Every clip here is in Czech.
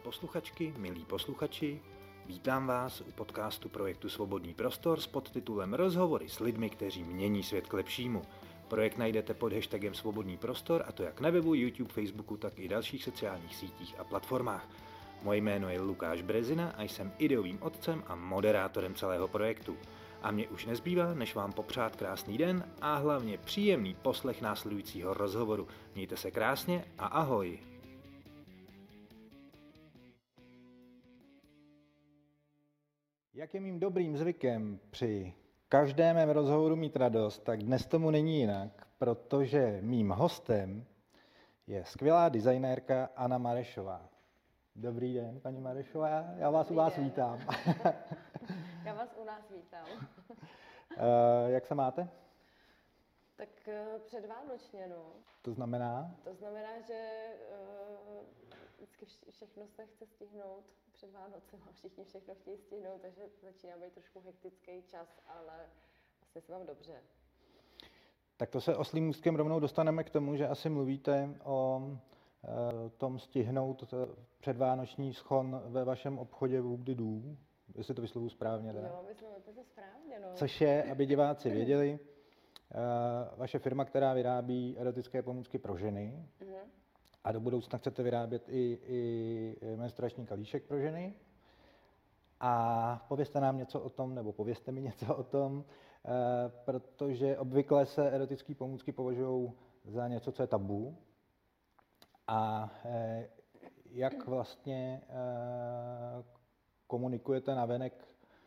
posluchačky, milí posluchači, vítám vás u podcastu projektu Svobodný prostor s podtitulem Rozhovory s lidmi, kteří mění svět k lepšímu. Projekt najdete pod hashtagem Svobodný prostor, a to jak na webu, YouTube, Facebooku, tak i dalších sociálních sítích a platformách. Moje jméno je Lukáš Brezina a jsem ideovým otcem a moderátorem celého projektu. A mně už nezbývá, než vám popřát krásný den a hlavně příjemný poslech následujícího rozhovoru. Mějte se krásně a ahoj! Jak je mým dobrým zvykem při každém mém rozhovoru mít radost, tak dnes tomu není jinak, protože mým hostem je skvělá designérka Anna Marešová. Dobrý den, paní Marešová, já vás u vás vítám. Já vás u nás vítám. Jak se máte? Tak předvánočně, no. To znamená? To znamená, že vždycky všechno se chce stihnout před Vánocem a všichni všechno chtějí stihnout, takže začíná být trošku hektický čas, ale vlastně se mám dobře. Tak to se oslím můstkem rovnou dostaneme k tomu, že asi mluvíte o tom stihnout předvánoční schon ve vašem obchodě v Hubdydů, jestli to vyslovuji správně. Teda. Jo, vyslovujete to správně, no. Což je, aby diváci věděli, vaše firma, která vyrábí erotické pomůcky pro ženy, a do budoucna chcete vyrábět i menstruační kalíšek pro ženy. A povězte nám něco o tom, nebo povězte mi něco o tom, protože obvykle se erotické pomůcky považují za něco, co je tabu. A jak vlastně komunikujete navenek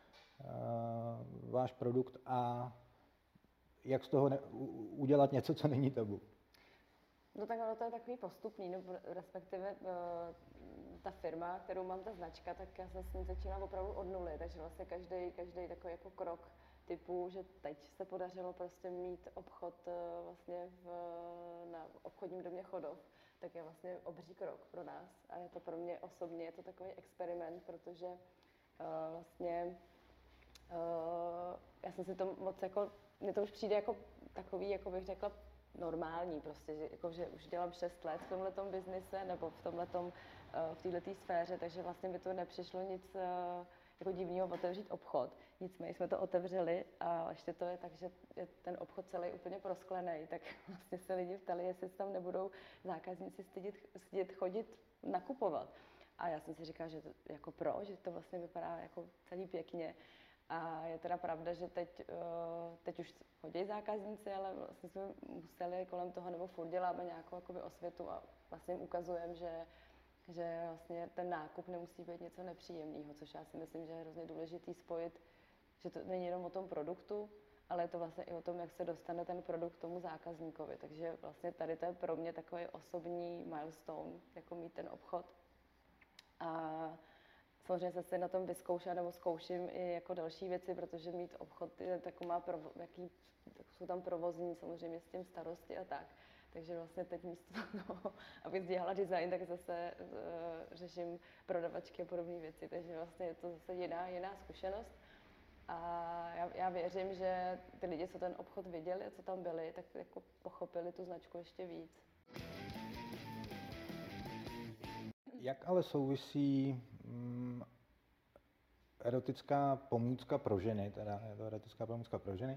váš produkt a jak z toho udělat něco, co není tabu? No tak ono to je takový postupný, no, respektive ta firma, kterou mám, ta značka, tak já jsem s ní začínala opravdu od nuly, takže vlastně každý takový jako krok typu, že teď se podařilo prostě mít obchod vlastně na obchodním domě Chodov, tak je vlastně obří krok pro nás a je to pro mě osobně, je to takový experiment, protože vlastně já jsem si to moc jako, mně to už přijde jako takový, jako bych řekla, normální prostě, že, jako, že už dělám 6 let v tomhletom biznise nebo v této sféře, takže vlastně by to nepřišlo nic jako divného otevřít obchod. Nicméně jsme to otevřeli a ještě to je tak, že je ten obchod celý úplně prosklený, tak vlastně se lidi ptali, jestli tam nebudou zákazníci stydět chodit nakupovat. A já jsem si říkala, že to, jako že to vlastně vypadá jako celý pěkně. A je teda pravda, že teď už chodí zákazníci, ale vlastně jsme museli kolem toho, nebo furt děláme nějakou jakoby osvětu a vlastně jim ukazujeme, že vlastně ten nákup nemusí být něco nepříjemného, což já si myslím, že je hrozně důležitý spojit, že to není jenom o tom produktu, ale je to vlastně i o tom, jak se dostane ten produkt k tomu zákazníkovi. Takže vlastně tady to je pro mě takový osobní milestone, jako mít ten obchod. A samozřejmě se si na tom vyzkoušela nebo zkouším i jako další věci, protože mít obchod je taková, jsou tam provozní samozřejmě s tím starosti a tak. Takže vlastně teď místo toho, abych dělala design, tak zase řeším prodavačky a podobné věci. Takže vlastně je to zase jiná zkušenost. A já věřím, že ty lidi, co ten obchod viděli a co tam byli, tak jako pochopili tu značku ještě víc. Jak ale souvisí erotická pomůcka pro ženy, teda je to erotická pomůcka pro ženy,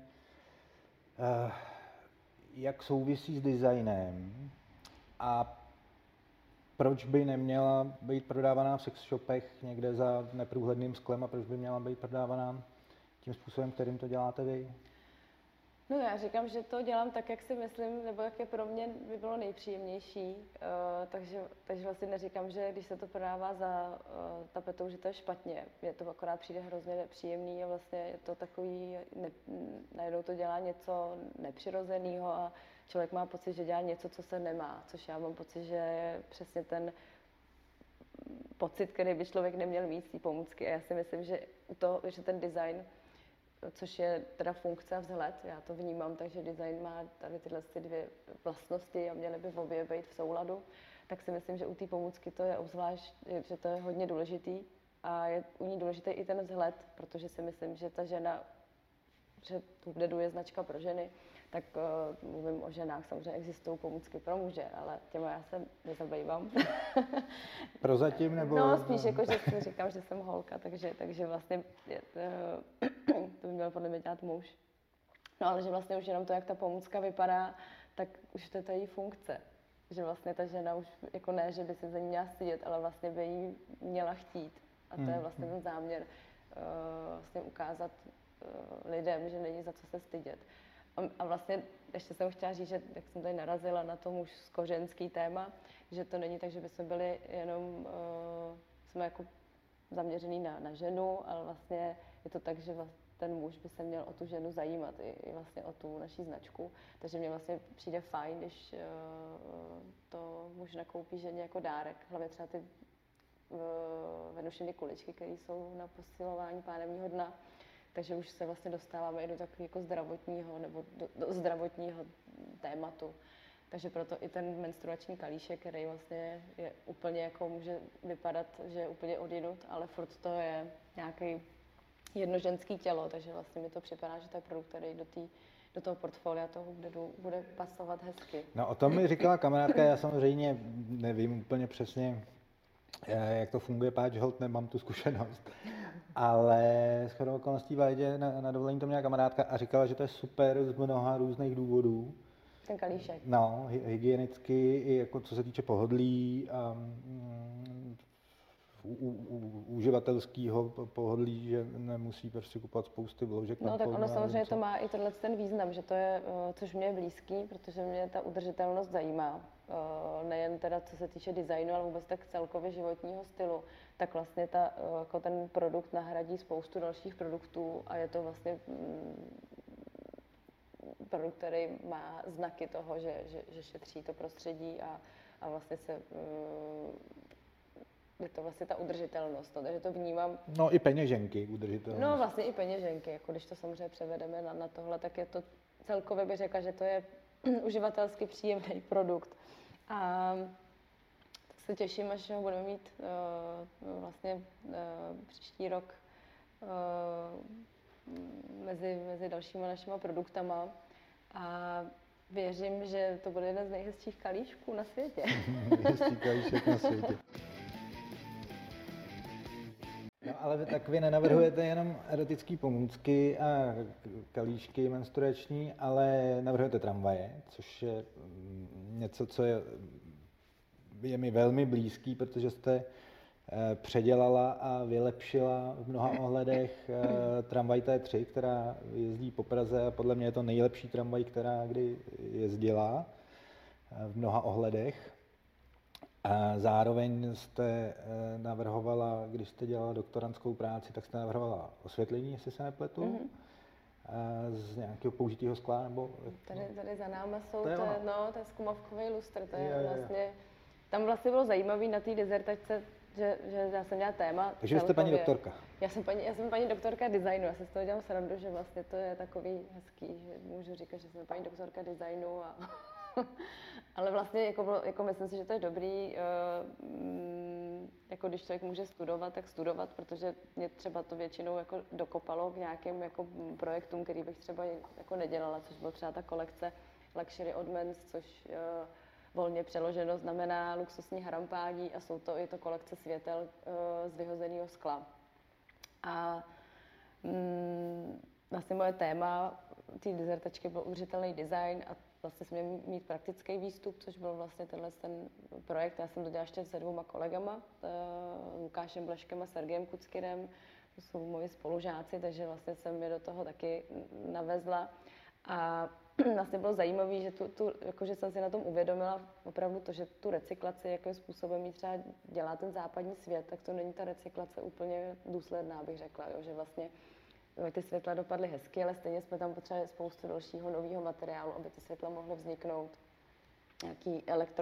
jak souvisí s designem a proč by neměla být prodávaná v sex shopech někde za neprůhledným sklem a proč by měla být prodávaná tím způsobem, kterým to děláte vy? No já říkám, že to dělám tak, jak si myslím, nebo jak je pro mě by bylo nejpříjemnější, takže vlastně neříkám, že když se to prodává za tapetou, že to je špatně. Mně to akorát přijde hrozně nepříjemný a vlastně je to takový, najednou to dělá něco nepřirozeného a člověk má pocit, že dělá něco, co se nemá, což já mám pocit, že je přesně ten pocit, který by člověk neměl mít z té pomůcky. A já si myslím, že ten design, což je teda funkce a vzhled, já to vnímám, takže design má tady tyhle dvě vlastnosti a měly by v obě být v souladu, tak si myslím, že u té pomůcky to je obzvlášť, že to je hodně důležitý a je u ní důležitý i ten vzhled, protože si myslím, že ta žena, že Hubdedu je značka pro ženy, tak mluvím o ženách, samozřejmě existují pomůcky pro muže, ale těma já se nezabývám. Prozatím nebo? No, spíš jako, že si říkám, že jsem holka, takže vlastně to by měl podle mě dělat muž. No ale že vlastně už jenom to, jak ta pomůcka vypadá, tak už to je ta její funkce. Že vlastně ta žena už jako ne, že by se za ní měla stydět, ale vlastně by jí měla chtít. A to je vlastně ten záměr vlastně ukázat lidem, že není za co se stydět. A vlastně ještě jsem chtěla říct, že jak jsem tady narazila na to mužsko-ženský téma, že to není tak, že bychom byli jenom jsme jako zaměřený na ženu, ale vlastně je to tak, že ten muž by se měl o tu ženu zajímat, i vlastně o tu naší značku. Takže mně vlastně přijde fajn, když to muž nakoupí ženě jako dárek. Hlavně třeba ty Venušiny kuličky, které jsou na posilování pánevního dna. Takže už se vlastně dostáváme i do takového jako zdravotního nebo do zdravotního tématu. Takže proto i ten menstruační kalíšek, který vlastně je úplně jako může vypadat, že je úplně odjinud, ale furt to je nějaký jednoženský tělo, takže vlastně mi to připadá, že to je produkt, který do toho portfolia toho bude pasovat hezky. No o tom mi říkala kamarádka, já samozřejmě nevím úplně přesně, jak to funguje, páč holt, nemám tu zkušenost. Ale shodou okolností v létě na dovolení to měla kamarádka a říkala, že to je super z mnoha různých důvodů. Ten kalíšek. No, hygienicky, i jako co se týče pohodlí a uživatelského pohodlí, že nemusí prostě kupovat spousty vložek. No tak ono samozřejmě to má i ten význam, že to je, což mě je blízký, protože mě ta udržitelnost zajímá. Nejen teda co se týče designu, ale vůbec tak celkově životního stylu, tak vlastně jako ten produkt nahradí spoustu dalších produktů a je to vlastně produkt, který má znaky toho, že šetří to prostředí a vlastně je to vlastně ta udržitelnost, no, takže to vnímám. No i peněženky udržitelnost. No vlastně i peněženky, jako když to samozřejmě převedeme na tohle, tak je to celkově bych řekla, že to je uživatelsky příjemný produkt. A tak se těším, až ho budeme mít vlastně příští rok mezi dalšíma našima produktama a věřím, že to bude jeden z nejhezčích kalíšků na světě. Nejhezčí kalíšek na světě. No ale tak vy nenavrhujete jenom erotické pomůcky a kalíšky menstruační, ale navrhujete tramvaje, což je něco, co je mi velmi blízký, protože jste předělala a vylepšila v mnoha ohledech tramvaj T3, která jezdí po Praze a podle mě je to nejlepší tramvaj, která kdy jezdila v mnoha ohledech. A zároveň jste navrhovala, když jste dělala doktorantskou práci, tak jste navrhovala osvětlení, jestli se nepletu, z nějakého použitého skla, nebo... Tady za náma jsou, to je zkumavkový lustr, to je vlastně... Tam vlastně bylo zajímavé na té dizertačce, že já jsem měla téma. Takže jste paní doktorka. Já jsem paní doktorka designu, já si z toho dělám srandu, že vlastně to je takový hezký, že můžu říkat, že jsem paní doktorka designu a... Ale vlastně jako myslím si, že to je dobrý, jako když člověk může studovat, tak studovat, protože mě třeba to většinou jako dokopalo k nějakým jako projektům, který bych třeba jako nedělala, což byla třeba ta kolekce Luxury Oddments, což volně přeloženo znamená luxusní harampádí a je to kolekce světel z vyhozeného skla. A vlastně moje téma té dizertačky byl udržitelný design a vlastně jsme měli mít praktický výstup, což byl vlastně ten projekt. Já jsem to dělala ještě se 2 kolegama, Lukášem Bleškem a Sergejem Kuckyrem, to jsou moji spolužáci, takže vlastně jsem je do toho taky navezla. A vlastně bylo zajímavé, že jakože jsem si na tom uvědomila opravdu to, že tu recyklaci, jakým způsobem ji třeba dělá ten západní svět, tak to není ta recyklace úplně důsledná, bych řekla, jo, že vlastně ty světla dopadly hezky, ale stejně jsme tam potřebovali spoustu dalšího nového materiálu, aby ty světla mohly vzniknout. Nějaký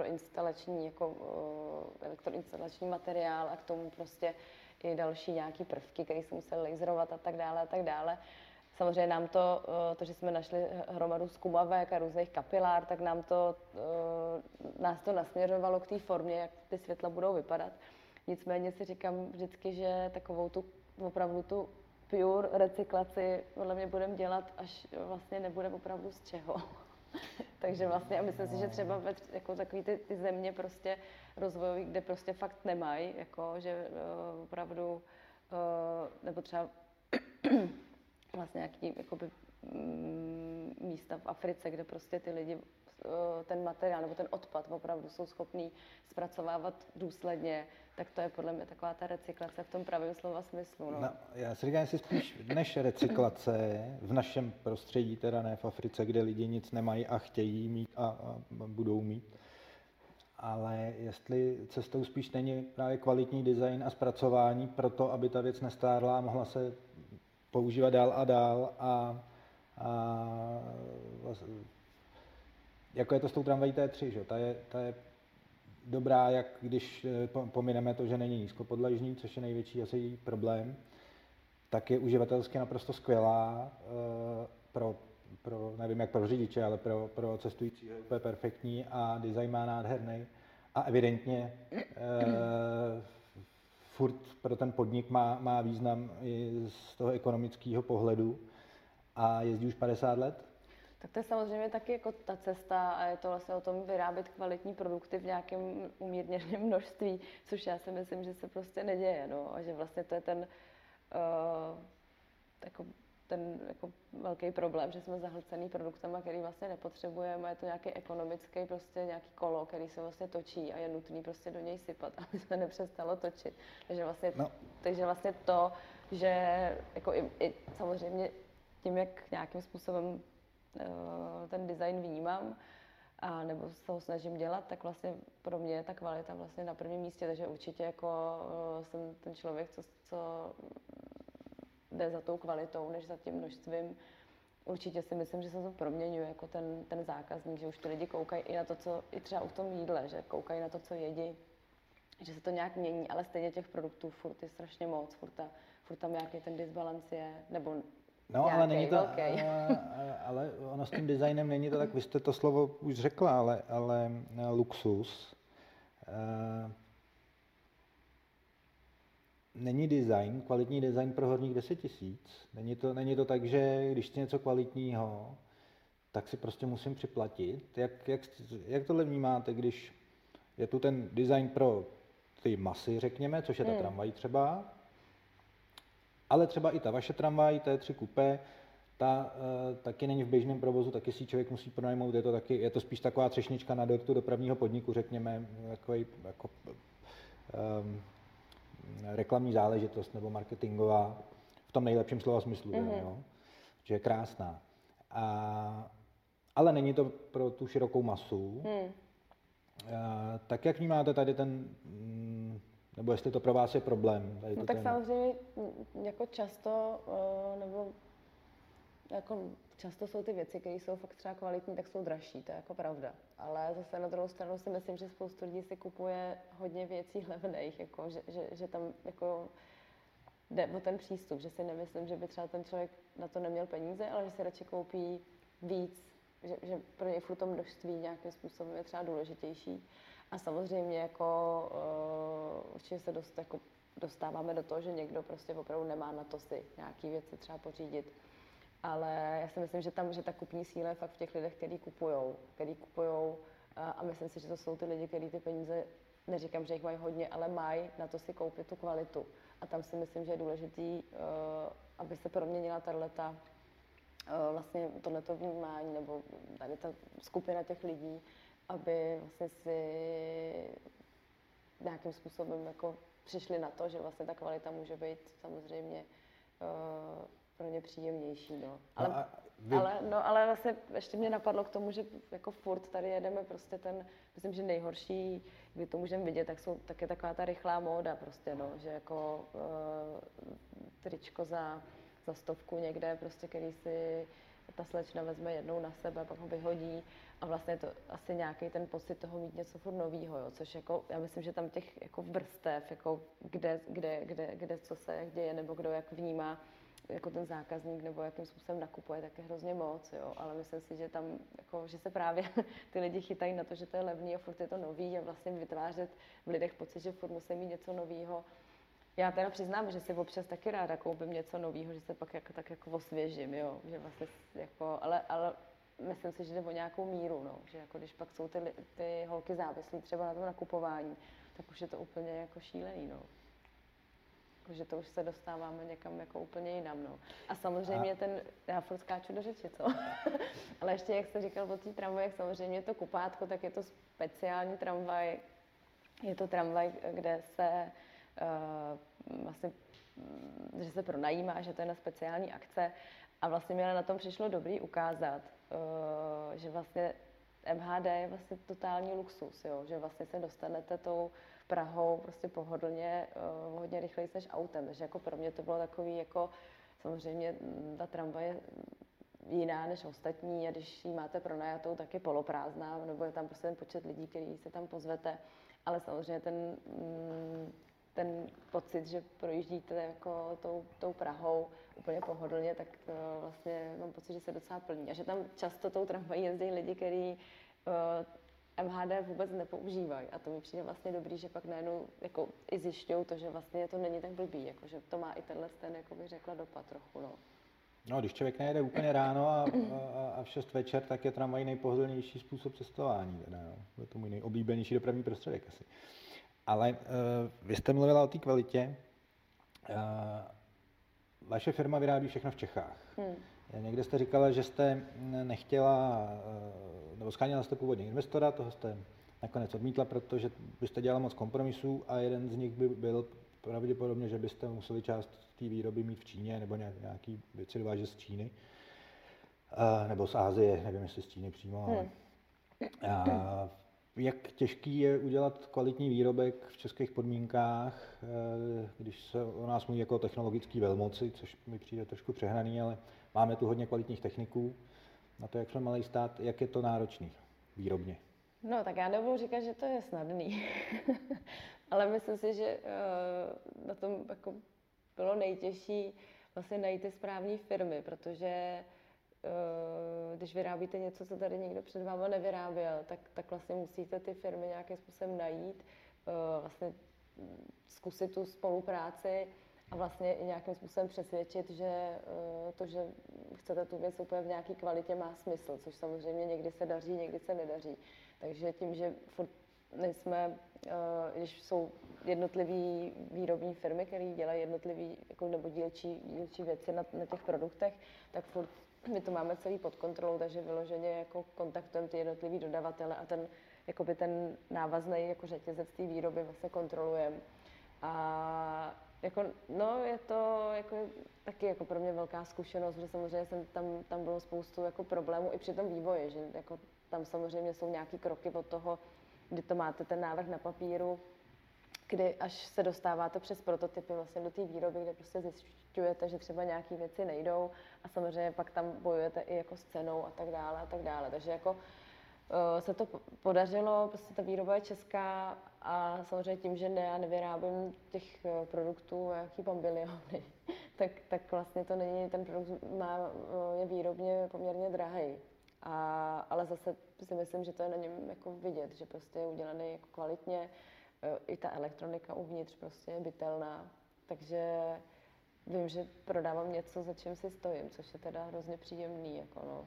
elektroinstalační materiál a k tomu prostě i další nějaký prvky, které se musely laserovat a tak dále a tak dále. Samozřejmě nám to, že jsme našli hromadu zkumavek a různých kapilár, tak nás to nasměřovalo k té formě, jak ty světla budou vypadat. Nicméně si říkám vždycky, že takovou opravdu tu pure recyklaci podle mě budeme dělat, až vlastně nebudeme opravdu z čeho. Takže vlastně a myslím si, že třeba jako takový ty země prostě rozvojový, kde prostě fakt nemají, jako že opravdu, nebo třeba vlastně nějaký jakoby, místa v Africe, kde prostě ty lidi ten materiál nebo ten odpad opravdu jsou schopní zpracovávat důsledně, tak to je podle mě taková ta recyklace v tom pravém slova smyslu. No. No, já si říkám, jestli spíš než recyklace v našem prostředí, teda ne v Africe, kde lidi nic nemají a chtějí mít a budou mít, ale jestli cestou spíš není právě kvalitní design a zpracování pro to, aby ta věc nestárla a mohla se používat dál a dál a jako je to s tou tramvají T3, že? Ta je dobrá, jak když pomineme to, že není nízkopodlažní, což je největší asi její problém, tak je uživatelsky naprosto skvělá pro nevím jak pro řidiče, ale pro cestující je úplně perfektní a design má nádherný a evidentně furt pro ten podnik má význam i z toho ekonomického pohledu a jezdí už 50 let. Tak to je samozřejmě taky jako ta cesta a je to vlastně o tom vyrábět kvalitní produkty v nějakém umírněném množství, což já si myslím, že se prostě neděje, no, a že vlastně to je ten jako velký problém, že jsme zahlcený produktama, který vlastně nepotřebujeme, je to nějaký ekonomický prostě nějaký kolo, který se vlastně točí a je nutný prostě do něj sypat, aby se nepřestalo točit. Takže vlastně to, že jako i samozřejmě tím, jak nějakým způsobem ten design vnímám a nebo z toho snažím dělat, tak vlastně pro mě je ta kvalita vlastně na prvním místě, takže určitě jako jsem ten člověk, co jde za tou kvalitou, než za tím množstvím. Určitě si myslím, že se to proměňuje jako ten zákazník, že už ty lidi koukají i na to, co i třeba u tom jídle, že koukají na to, co jedí, že se to nějak mění, ale stejně těch produktů furt je strašně moc, furt tam nějaký ten disbalans je, nebo no, ale není to, ale ono s tím designem není to tak, vy jste to slovo už řekla, ale luxus. Není design, kvalitní design pro horních 10 000. Není to tak, že když chci něco kvalitního, tak si prostě musím připlatit. Jak tohle vnímáte, když je tu ten design pro ty masy, řekněme, což je ta tramvaj třeba, ale třeba i ta vaše tramvaj, T3 Coupé, ta taky není v běžném provozu, taky si člověk musí pronajmout, je to spíš taková třešnička na dortu dopravního podniku, řekněme, jako reklamní záležitost nebo marketingová, v tom nejlepším slova smyslu, jo? Že je krásná. Ale není to pro tu širokou masu. Tak jak vnímáte tady ten, nebo jestli to pro vás je problém? Tady no tak samozřejmě jako často, nebo jako často jsou ty věci, které jsou fakt třeba kvalitní, tak jsou dražší, to je jako pravda. Ale zase na druhou stranu si myslím, že spoustu lidí si kupuje hodně věcí levných, jako, že tam jako jde o ten přístup, že si nemyslím, že by třeba ten člověk na to neměl peníze, ale že si radši koupí víc, že pro něj furt to množství nějakým způsobem je třeba důležitější. A samozřejmě jako určitě se dostáváme do toho, že někdo prostě opravdu nemá na to si nějaký věci třeba pořídit. Ale já si myslím, že ta kupní síla je fakt v těch lidech, který kupujou a myslím si, že to jsou ty lidi, kteří ty peníze, neříkám, že jich mají hodně, ale mají na to si koupit tu kvalitu. A tam si myslím, že je důležitý, aby se proměnila vlastně tohleto vnímání, nebo tady ta skupina těch lidí, aby vlastně si nějakým způsobem jako přišli na to, že vlastně ta kvalita může být samozřejmě pro ně příjemnější, no. Ale vlastně ještě mě napadlo k tomu, že jako furt tady jedeme prostě myslím, že nejhorší, kdy to můžeme vidět, tak je taková ta rychlá móda prostě, no, že jako tričko za 100 někde prostě, který si ta slečna vezme jednou na sebe, pak ho vyhodí a vlastně je to asi nějaký ten pocit toho mít něco furt novýho, jo, což jako, já myslím, že tam těch jako vrstev, jako kde co se jak děje, nebo kdo jak vnímá jako ten zákazník, nebo jakým způsobem nakupuje, tak je hrozně moc, jo, ale myslím si, že tam, jako, že se právě ty lidi chytají na to, že to je levný a furt je to nový a vlastně vytvářet v lidech pocit, že furt musí mít něco novýho, Já teda přiznám, že si občas taky ráda koupím něco nového, že se pak tak jako osvěžím, jo, že vlastně jako, ale myslím si, že jde o nějakou míru, no, že jako když pak jsou ty holky závislí třeba na tom nakupování, tak už je to úplně jako šílený, no. Že to už se dostáváme někam jako úplně jinam, no. A samozřejmě já furt skáču do řeči, co? Ale ještě, jak jste říkal o té tramvaji, samozřejmě to kupátko, tak je to speciální tramvaj. Je to tramvaj, kde se vlastně, že se pronajímá, že to je na speciální akce. A vlastně mi na tom přišlo dobrý ukázat, že vlastně MHD je vlastně totální luxus, jo? Že vlastně se dostanete tou Prahou prostě pohodlně, hodně rychleji než autem. Takže jako pro mě to bylo takový, jako samozřejmě ta tramvaj je jiná než ostatní a když ji máte pronajatou, tak je poloprázdná, nebo je tam prostě ten počet lidí, který se tam pozvete. Ale samozřejmě ten pocit, že projíždíte jako tou Prahou úplně pohodlně, tak vlastně mám pocit, že se docela plní. A že tam často tou tramvají jezdí lidi, kteří MHD vůbec nepoužívají. A to mi přijde vlastně dobrý, že pak najednou jako i zjišťují to, že vlastně to není tak blbý, jako, že to má i tenhle jako bych řekla, dopad trochu. No. No, když člověk nejede úplně ráno a v 6 večer, tak je tramvaj nejpohodlnější způsob cestování. Teda, no. Je to můj nejoblíbenější dopravní prostředek asi. Ale vy jste mluvila o té kvalitě. Vaše firma vyrábí všechno v Čechách. Někde jste říkala, že jste nechtěla, nebo scháněla jste původně investora, toho jste nakonec odmítla, protože byste dělala moc kompromisů a jeden z nich by byl pravděpodobně, že byste museli část té výroby mít v Číně nebo nějaký věci dovážet z Číny. Nebo z Asie, nevím, jestli z Číny přímo. Ale... Jak těžký je udělat kvalitní výrobek v českých podmínkách, když se o nás mluví jako o technologický velmoci, což mi přijde trošku přehnaný, ale máme tu hodně kvalitních techniků. Na to, jak jsme malý stát, jak je to náročný výrobně? No, tak já nebudu říkat, že to je snadný. Ale myslím si, že na tom jako bylo nejtěžší vlastně najít ty správné firmy, protože když vyrábíte něco, co tady někdo před váma nevyráběl, tak vlastně musíte ty firmy nějakým způsobem najít, vlastně zkusit tu spolupráci a vlastně i nějakým způsobem přesvědčit, že to, že chcete tu věc úplně v nějaké kvalitě, má smysl, což samozřejmě někdy se daří, někdy se nedaří. Takže tím, že furt nejsme, když jsou jednotlivé výrobní firmy, které dělají jednotlivé jako, nebo dílčí věci na těch produktech, tak furt my to máme celý pod kontrolou, takže vyloženě jako kontaktujeme ty jednotlivý dodavatele a ten návazný jako řetězec té výroby vlastně kontrolujeme. A jako, no, je to jako, taky jako pro mě velká zkušenost, že samozřejmě tam bylo spoustu jako problémů i při tom vývoji, že jako, tam samozřejmě jsou nějaký kroky od toho, kdy to máte ten návrh na papíru, kdy až se dostáváte přes prototypy vlastně do té výroby, kde prostě zjišťujete, že třeba nějaké věci nejdou a samozřejmě pak tam bojujete i jako s cenou a tak dále a tak dále. Takže jako se to podařilo, prostě ta výroba je česká a samozřejmě tím, že já nevyrábím těch produktů jaký bambiliony, tak vlastně to není, ten produkt je výrobně poměrně drahý. Ale zase si myslím, že to je na něm jako vidět, že prostě je udělaný jako kvalitně, i ta elektronika uvnitř prostě je bytelná, takže vím, že prodávám něco, za čím si stojím, což je teda hrozně příjemný, jako no.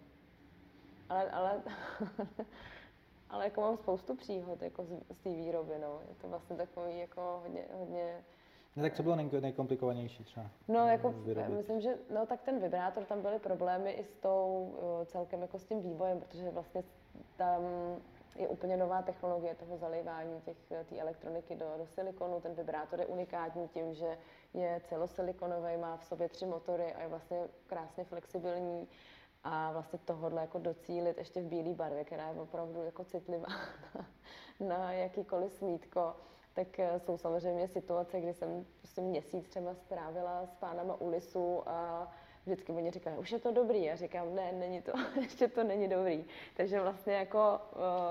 Ale jako mám spoustu příhod jako z té výroby, no. Je to vlastně takový jako hodně... No, tak co bylo nejkomplikovanější třeba? No, jako myslím, že no, tak ten vibrátor, tam byly problémy i s tou celkem jako s tím vývojem, protože vlastně tam je úplně nová technologie toho zalévání té elektroniky do silikonu. Ten vibrátor je unikátní tím, že je celosiliconový, má v sobě 3 motory a je vlastně krásně flexibilní. A vlastně tohodle jako docílit ještě v bílé barvě, která je opravdu jako citlivá na jakýkoliv smítko, tak jsou samozřejmě situace, kdy jsem prostě měsíc třeba strávila s pánama u lisu a vždycky oni říkají, už je to dobrý. A říkám, ne, není to, ještě to není dobrý. Takže vlastně jako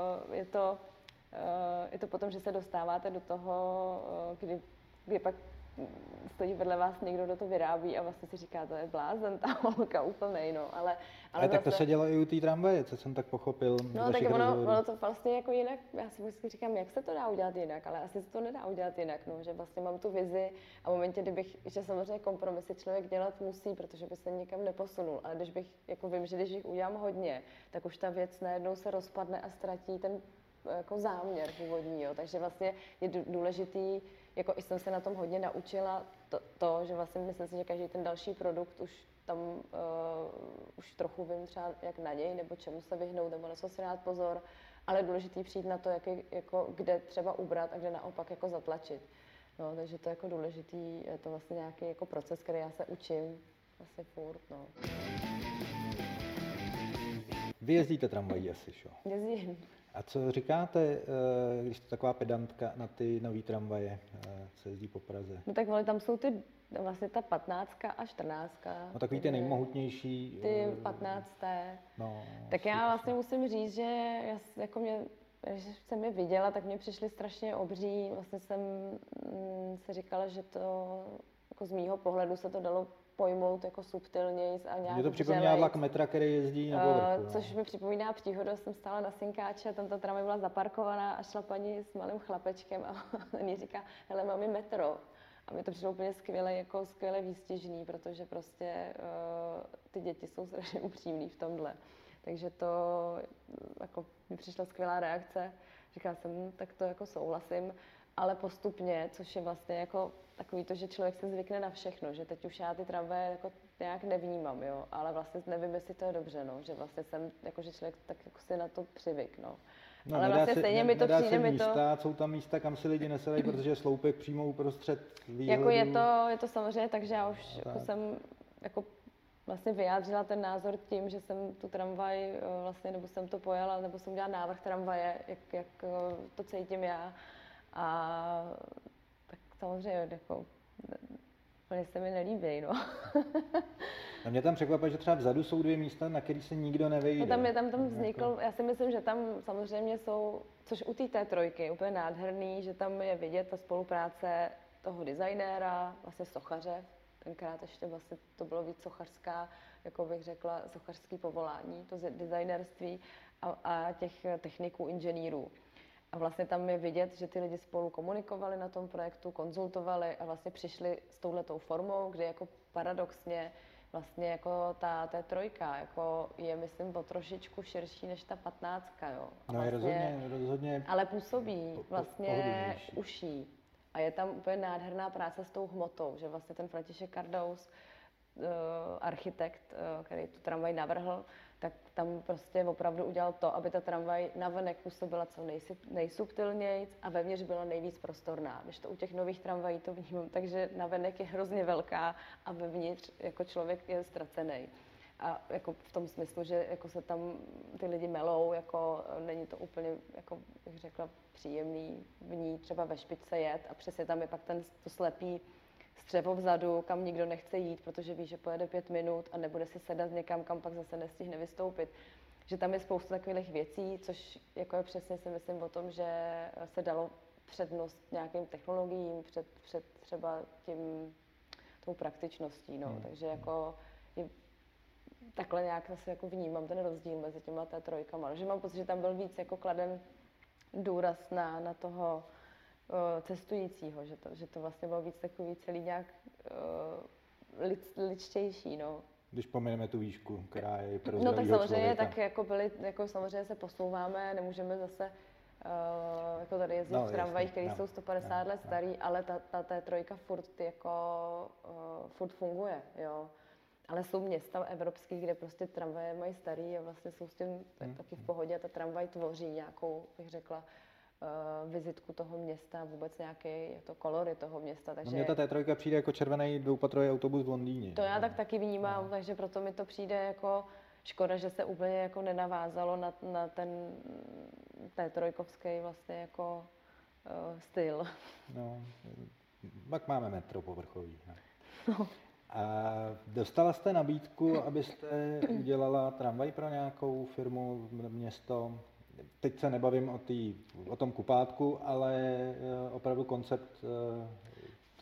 je to potom, že se dostáváte do toho, kdy pak stojí vedle vás někdo, kdo to vyrábí a vlastně si říká, to je blázen, ta holka úplnej, no. Ale tak to se dělo i u té tramvaje, co jsem tak pochopil. No tak ono to vlastně jako jinak, já si vždycky říkám, jak se to dá udělat jinak, ale asi se to nedá udělat jinak, no, že vlastně mám tu vizi a v momentě, že samozřejmě kompromisy člověk dělat musí, protože by se nikam neposunul, ale když bych, jako vím, že když jich udělám hodně, tak už ta věc najednou se rozpadne a ztratí ten jako záměr původní, jo. Takže vlastně je důležitý, jako i jsem se na tom hodně naučila, že vlastně myslím si, že každý ten další produkt už tam už trochu vím třeba jak na něj, nebo čemu se vyhnout, nebo na co si dát pozor, ale je důležitý přijít na to, kde třeba ubrat a kde naopak jako zatlačit. No, takže to je jako důležitý, je to vlastně nějaký jako proces, který já se učím vlastně furt, no. Vy jezdíte tramvají asi, jo? Jezdím. A co říkáte, když jste taková pedantka na ty nový tramvaje, co jezdí po Praze? No tak tam jsou vlastně ta 15 a 14. No takový ty nejmohutnější. Ty 15. No, tak já vlastně musím říct, že když jsem je viděla, tak mě přišly strašně obří. Vlastně jsem si říkala, že to jako z mýho pohledu se to dalo pojmout jako subtilněji a nějak. Mě to připomíná vlak metra, který jezdí na povrchu. Což mi připomíná příhodu, jsem stála na Synkáči a tam ta tramvaj byla zaparkovaná a šla paní s malým chlapečkem a on jí říká, hele, máme metro. A mi to přišlo úplně skvěle výstižný, protože prostě ty děti jsou strašně upřímný v tomhle. Takže to jako mi přišla skvělá reakce. Říkala jsem, tak to jako souhlasím, ale postupně, což je vlastně jako takový to, že člověk se zvykne na všechno, že teď už já ty tramvaje jako nějak nevnímám, jo, ale vlastně nevím, jestli to je dobře, no, že vlastně jsem, jako že člověk tak jako si na to přivyk, no. No, ale vlastně stejně mi to přijde místa, jsou tam místa, kam si lidi nesedají, protože je sloupek přímo uprostřed výhledu. Jako je to samozřejmě tak, že já už jako jsem jako vlastně vyjádřila ten názor tím, že jsem tu tramvaj vlastně, nebo jsem to pojala, nebo jsem udělala návrh tramvaje, jak to cítím já. A tak samozřejmě jako úplně se mi nelíbí, no. A mě tam překvapuje, že třeba vzadu jsou 2 místa, na který se nikdo nevejde. No tam vznikl, já si myslím, že tam samozřejmě jsou, což u té T3 je úplně nádherný, že tam je vidět ta spolupráce toho designéra, vlastně sochaře, tenkrát ještě vlastně to bylo víc sochařská, jako bych řekla, sochařský povolání, to designerství a těch techniků, inženýrů. A vlastně tam je vidět, že ty lidi spolu komunikovali na tom projektu, konzultovali a vlastně přišli s touhletou formou, kdy jako paradoxně vlastně jako ta T3 jako je, myslím, o trošičku širší než ta 15, jo. A no vlastně, je rozhodně. Ale působí vlastně uší. A je tam úplně nádherná práce s tou hmotou, že vlastně ten František Kardous, architekt, který tu tramvaj navrhl, tak tam prostě opravdu udělal to, aby ta tramvaj navenek působila co nejsubtilnějc a vevnitř byla nejvíc prostorná. Když to u těch nových tramvají to vnímám, takže navenek je hrozně velká a vevnitř jako člověk je ztracený. A jako v tom smyslu, že jako se tam ty lidi melou, jako není to úplně, jako bych řekla, příjemný v ní třeba ve špičce jet a přesně tam je pak to slepý střevo vzadu, kam nikdo nechce jít, protože ví, že pojede 5 minut a nebude si sedat někam, kam pak zase nestihne vystoupit. Že tam je spousta takových věcí, což jako je přesně si myslím o tom, že se dalo přednost nějakým technologiím před třeba tou praktičností, no. Takže jako takhle nějak zase jako vnímám ten rozdíl mezi těma T3, že mám pocit, že tam byl víc jako kladen důraz na toho cestujícího, že to vlastně bylo víc takový celý nějak lidštější, no. Když pomineme tu výšku, která je pro no tak samozřejmě, člověka. tak jako samozřejmě se posouváme, nemůžeme zase jako tady jezdit v tramvajích, které jsou 150 let starý, ale ta T3 furt funguje, jo. Ale jsou města evropský, kde prostě tramvaje mají starý a vlastně jsou s tím taky v pohodě a ta tramvaj tvoří nějakou, bych řekla, vizitku toho města, vůbec nějaký to kolory toho města. Takže mně ta T3 přijde jako červený dvoupatrový autobus v Londýně. To já tak taky vnímám, takže proto mi to přijde jako škoda, že se úplně jako nenavázalo na ten T3 vlastně jako styl. No, pak máme metro povrchový. No. A dostala jste nabídku, abyste udělala tramvaj pro nějakou firmu, město? Teď se nebavím o tom kupátku, ale opravdu koncept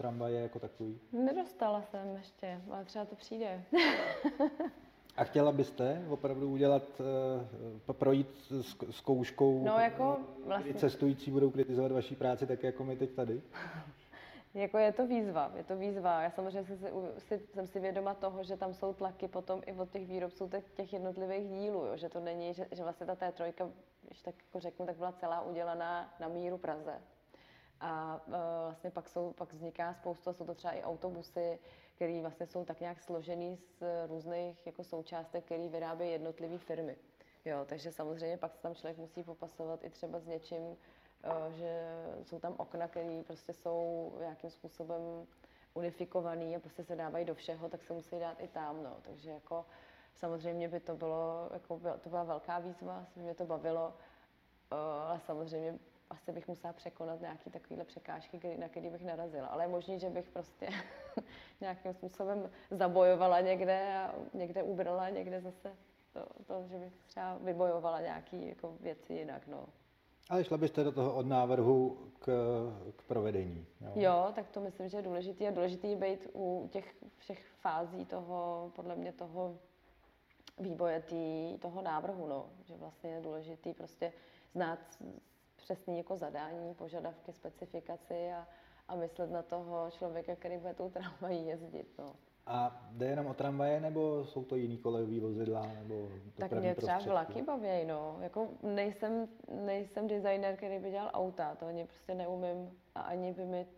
tramvaje jako takový? Nedostala jsem ještě, ale třeba to přijde. A chtěla byste opravdu udělat, projít zkouškou, No jako vlastně... kdy cestující budou kritizovat vaší práci tak jako my teď tady? Jako je to výzva. Já samozřejmě jsem si vědoma toho, že tam jsou tlaky potom i od těch výrobců těch jednotlivých dílů, jo? Že to není, že vlastně ta T3, když tak jako řeknu, tak byla celá udělaná na míru Praze. A vlastně pak vzniká spousta, jsou to třeba i autobusy, které vlastně jsou tak nějak složený z různých jako součástek, které vyrábějí jednotlivé firmy. Jo, takže samozřejmě pak se tam člověk musí popasovat i třeba s něčím, že jsou tam okna, které prostě jsou nějakým způsobem unifikovaný a prostě se dávají do všeho, tak se musí dát i tam, no. Takže jako samozřejmě by to bylo, jako to byla velká výzva, asi by mě to bavilo, ale samozřejmě asi bych musela překonat nějaké takovéhle překážky, na které bych narazila. Ale je možný, že bych prostě nějakým způsobem zabojovala někde a někde ubrala, někde zase že bych třeba vybojovala nějaké jako věci jinak, no. Ale šla byste do toho od návrhu k provedení. Jo, tak to myslím, že je důležité. A důležité být u těch všech fází toho, podle mě toho vývoje toho návrhu, no. Že vlastně je důležité prostě znát přesný jako zadání, požadavky, specifikaci a myslet na toho člověka, který bude tou tramvají jezdit, no. A jde jenom o tramvaje, nebo jsou to jiný kolejový vozidla, nebo tak mě třeba vlaky baví, no. Jako nejsem designer, který by dělal auta, to ani prostě neumím a ani by mě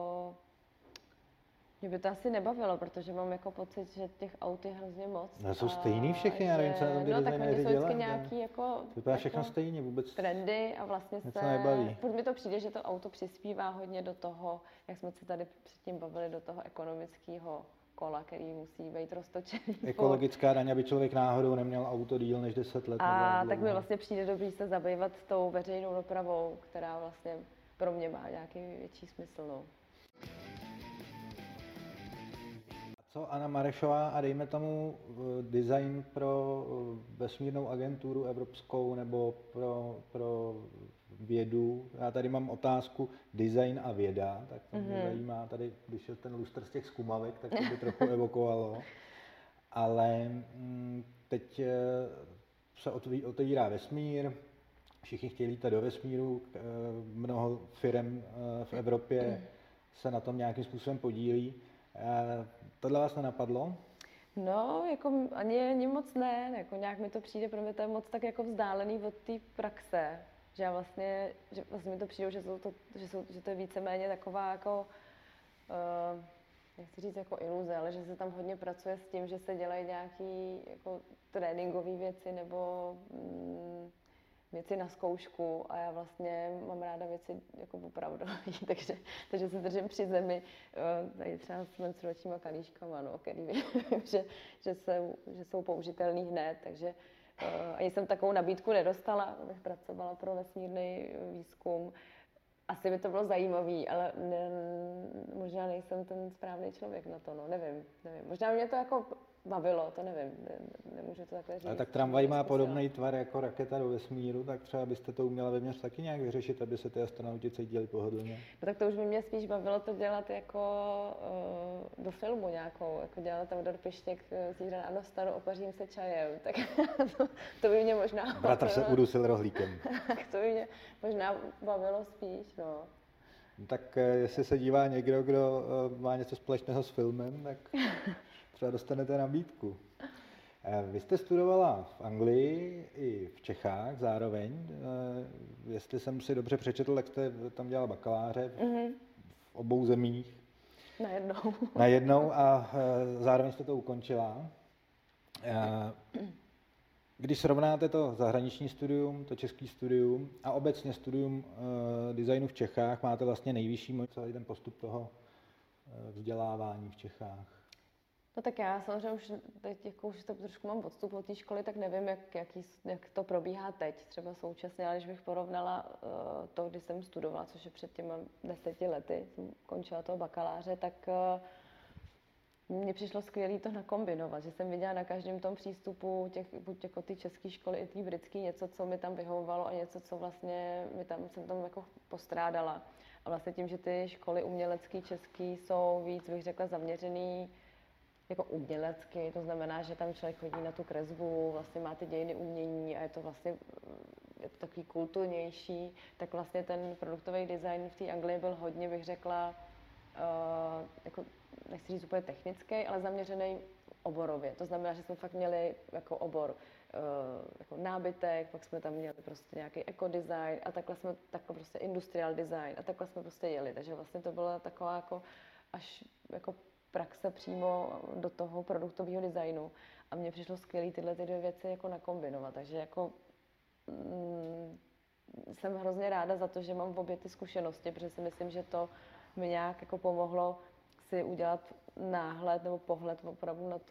by to asi nebavilo, protože mám jako pocit, že těch aut je hrozně moc. No, jsou stejný všechny, já nevím, co na tom ty designéři dělají. No, tak nějaký jako vypadá všechno stejně, vůbec trendy a vlastně se nebaví. Furt mi to přijde, že to auto přispívá hodně do toho, jak jsme se tady předtím bavili, do toho ekonomického kola, který musí být roztočený. Ekologická daň, aby člověk náhodou neměl auto díl než 10 let. A tak mi vlastně přijde dobrý se zabývat tou veřejnou dopravou, která vlastně pro mě má nějaký větší smysl. No. Co Anna Marešová a dejme tomu design pro vesmírnou agenturu evropskou nebo pro vědu. Já tady mám otázku design a věda, tak to mě zajímá tady, když je ten lustr z těch zkumavek, tak to by trochu evokovalo. Ale teď se otevírá vesmír, všichni chtějí lítat do vesmíru, mnoho firem v Evropě se na tom nějakým způsobem podílí. Tohle vás nenapadlo? No, jako ani moc ne, jako nějak mi to přijde, pro mě to je moc tak jako vzdálený od té praxe, že vlastně mi to přijde, že to je víceméně taková jako, nechci říct jako iluze, ale že se tam hodně pracuje s tím, že se dělají nějaké jako tréninkové věci nebo věci na zkoušku a já vlastně mám ráda věci jako opravdu, takže se držím při zemi, tady třeba s menstruačníma kalíškama, no, který vím, že jsou použitelný hned, takže ani jsem takovou nabídku nedostala, abych pracovala pro vesmírný výzkum. Asi by to bylo zajímavý, ale možná nejsem ten správný člověk na to, no, nevím. Možná mě to jako bavilo, to nevím, nemůžu to takhle říct. Ale tak tramvaj má podobný tvar jako raketa do vesmíru, tak třeba byste to uměla vevnitř taky nějak vyřešit, aby se ty astronauti cítili pohodlně. No, tak to už by mě spíš bavilo to dělat jako do filmu nějakou, jako dělat Teodor Pištěk si ráno vstanu, opařím se čajem, tak to by mě možná Bratr se udusil rohlíkem. Tak to by mě možná bavilo spíš, no. Tak jestli se dívá někdo, kdo má něco společného s filmem, tak třeba dostanete nabídku. Vy jste studovala v Anglii i v Čechách zároveň. Jestli jsem si dobře přečetl, tak jste tam dělala bakaláře v obou zemích. Najednou a zároveň jste to ukončila. Když srovnáte to zahraniční studium, to český studium a obecně studium designu v Čechách, máte vlastně nejvyšší celý ten postup toho vzdělávání v Čechách. No tak já samozřejmě už teď jako už to trošku mám odstup od té školy, tak nevím, jak to probíhá teď, třeba současně, ale když bych porovnala to, když jsem studovala, což je před těmi 10 lety, jsem končila toho bakaláře, tak mně přišlo skvělé to nakombinovat, že jsem viděla na každém tom přístupu buď jako ty české školy i ty britské něco, co mi tam vyhovovalo a něco, co vlastně jsem tam jako postrádala. A vlastně tím, že ty školy umělecké české jsou víc, bych řekla, zaměřený jako umělecky, to znamená, že tam člověk chodí na tu kresbu, vlastně má ty dějiny umění a je to vlastně takový kulturnější, tak vlastně ten produktový design v té Anglii byl hodně, bych řekla, jako, nechci říct úplně technický, ale zaměřený oborově. To znamená, že jsme fakt měli jako obor jako nábytek, pak jsme tam měli prostě nějaký ekodesign a takhle prostě industrial design a takhle jsme prostě jeli. Takže vlastně to byla taková jako až jako praxe přímo do toho produktového designu a mně přišlo skvělé tyhle ty dvě věci jako nakombinovat. Takže jako jsem hrozně ráda za to, že mám v obě ty zkušenosti, protože si myslím, že to mi nějak jako pomohlo si udělat náhled nebo pohled opravdu na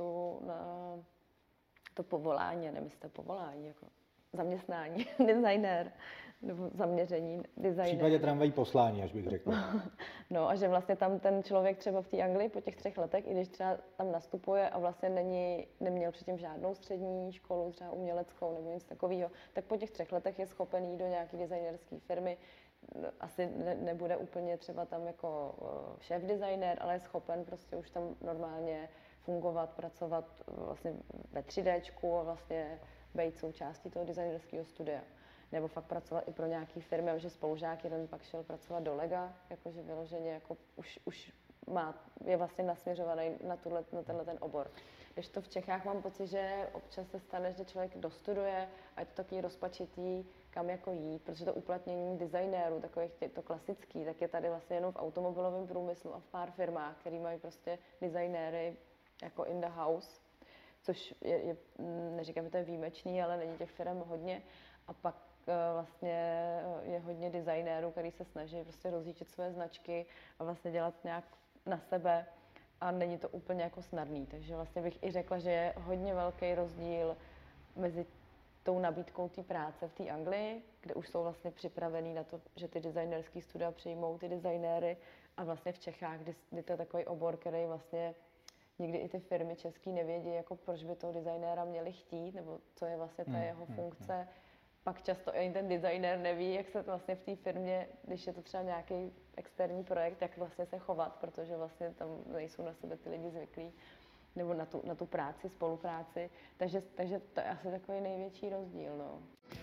to povolání, nevím, jestli to povolání, jako zaměstnání, designér, nebo zaměření designér. V případě tramvají poslání, až bych řekl. No a že vlastně tam ten člověk třeba v té Anglii po těch 3 letech, i když třeba tam nastupuje a vlastně neměl předtím žádnou střední školu, třeba uměleckou nebo nic takového, tak po těch 3 letech je schopen jít do nějaké designerské firmy. Asi nebude úplně třeba tam jako šéf designér, ale je schopen prostě už tam normálně fungovat, pracovat vlastně ve 3Dčku a vlastně být součástí toho designerského studia. Nebo fakt pracovat i pro nějaký firmy, že spolužák jeden pak šel pracovat do Lega, jakože vyloženě jako už je vlastně nasměřovaný na tenhle ten obor. Když to v Čechách mám pocit, že občas se stane, že člověk dostuduje a je to taky rozpačitý, kam jako jít, protože to uplatnění designérů, takových to klasický, tak je tady vlastně jenom v automobilovém průmyslu a v pár firmách, který mají prostě designéry jako in the house, což je neříkám, že to je výjimečný, ale není těch firm hodně. A pak vlastně je hodně designérů, který se snaží prostě rozlíčit své značky a vlastně dělat nějak na sebe a není to úplně jako snadný. Takže vlastně bych i řekla, že je hodně velký rozdíl mezi tou nabídkou té práce v té Anglii, kde už jsou vlastně připravený na to, že ty designerské studia přijmou ty designéry a vlastně v Čechách, kdy to je takový obor, který vlastně nikdy i ty firmy český nevědí, jako proč by toho designéra měli chtít, nebo co je vlastně ta jeho funkce. Pak často i ten designér neví, jak se vlastně v té firmě, když je to třeba nějaký externí projekt, jak vlastně se chovat, protože vlastně tam nejsou na sebe ty lidi zvyklí, nebo na tu práci, spolupráci. Takže to je asi takový největší rozdíl. No.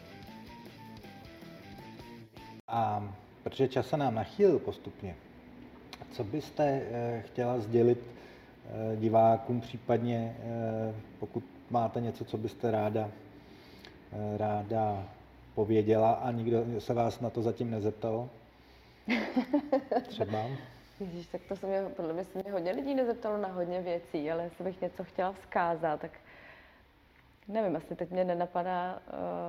A protože čas se nám nachýlil postupně, co byste chtěla sdělit divákům, případně pokud máte něco, co byste ráda pověděla a nikdo se vás na to zatím nezeptal? Třeba? Ježíš, tak to podle mě se mě hodně lidí nezeptalo na hodně věcí, ale jestli bych něco chtěla vzkázat, tak nevím, asi teď mě nenapadá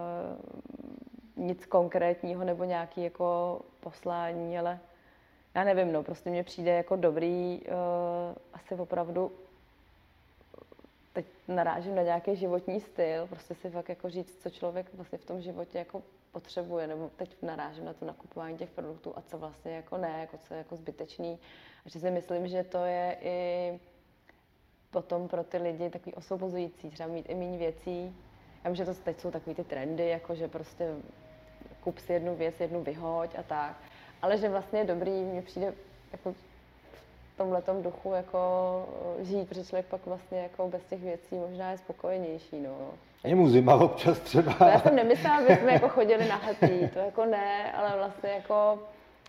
nic konkrétního nebo nějaký jako poslání, ale já nevím, no, prostě mně přijde jako dobrý, asi opravdu, teď narážím na nějaký životní styl, prostě si fakt jako říct, co člověk vlastně v tom životě jako potřebuje, nebo teď narážím na to nakupování těch produktů a co vlastně jako ne, jako co je jako zbytečný. A že si myslím, že to je i potom pro ty lidi takový osvobozující, třeba mít i méně věcí. Já vím, že to teď jsou takový ty trendy, jako že prostě kup si jednu věc, jednu vyhoď a tak. Ale že vlastně je dobrý, mně přijde jako v tomhletom duchu jako žít, protože člověk pak vlastně jako bez těch věcí možná je spokojenější, no. Je mu zima občas třeba. To já jsem nemyslela, aby jsme jako chodili nahatý, to jako ne, ale vlastně jako,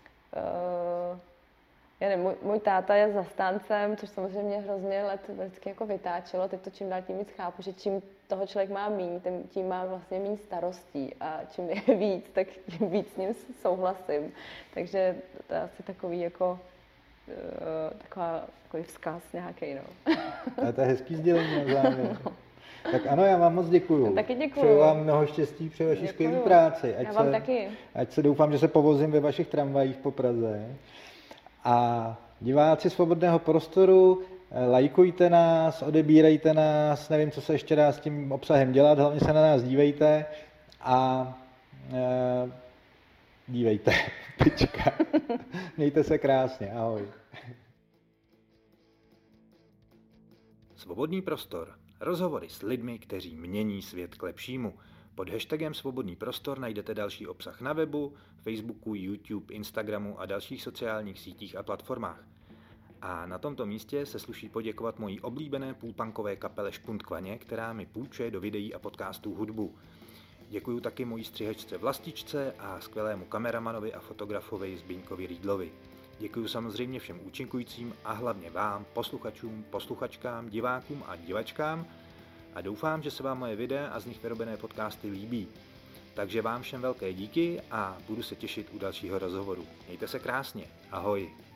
já nevím, můj táta je zastáncem, což samozřejmě hrozně let vždycky jako vytáčelo, teď to čím dál tím víc chápu, že čím toho člověk má míň, tím má vlastně míň starostí a čím je víc, tak tím víc s ním souhlasím. Takže to je asi takový jako, takový vzkaz nějaký, no. Ale to je hezký sdělení na závěr. No. Tak ano, já vám moc děkuju. Taky děkuju. Přeju vám mnoho štěstí při vaší skvělé práci. Já vám taky. Ať se doufám, že se povozím ve vašich tramvajích po Praze. A diváci Svobodného prostoru, lajkujte nás, odebírejte nás, nevím, co se ještě dá s tím obsahem dělat, hlavně se na nás dívejte a dívejte. Pička. Mějte se krásně, ahoj. Svobodný prostor. Rozhovory s lidmi, kteří mění svět k lepšímu. Pod hashtagem Svobodný prostor najdete další obsah na webu, Facebooku, YouTube, Instagramu a dalších sociálních sítích a platformách. A na tomto místě se sluší poděkovat mojí oblíbené půlpunkové kapele Špuntkvaně, která mi půjčuje do videí a podcastů hudbu. Děkuju taky mojí střihačce Vlastičce a skvělému kameramanovi a fotografovi Zbyňkovi Rýdlovi. Děkuju samozřejmě všem účinkujícím a hlavně vám, posluchačům, posluchačkám, divákům a divačkám a doufám, že se vám moje videa a z nich vyrobené podcasty líbí. Takže vám všem velké díky a budu se těšit u dalšího rozhovoru. Mějte se krásně. Ahoj.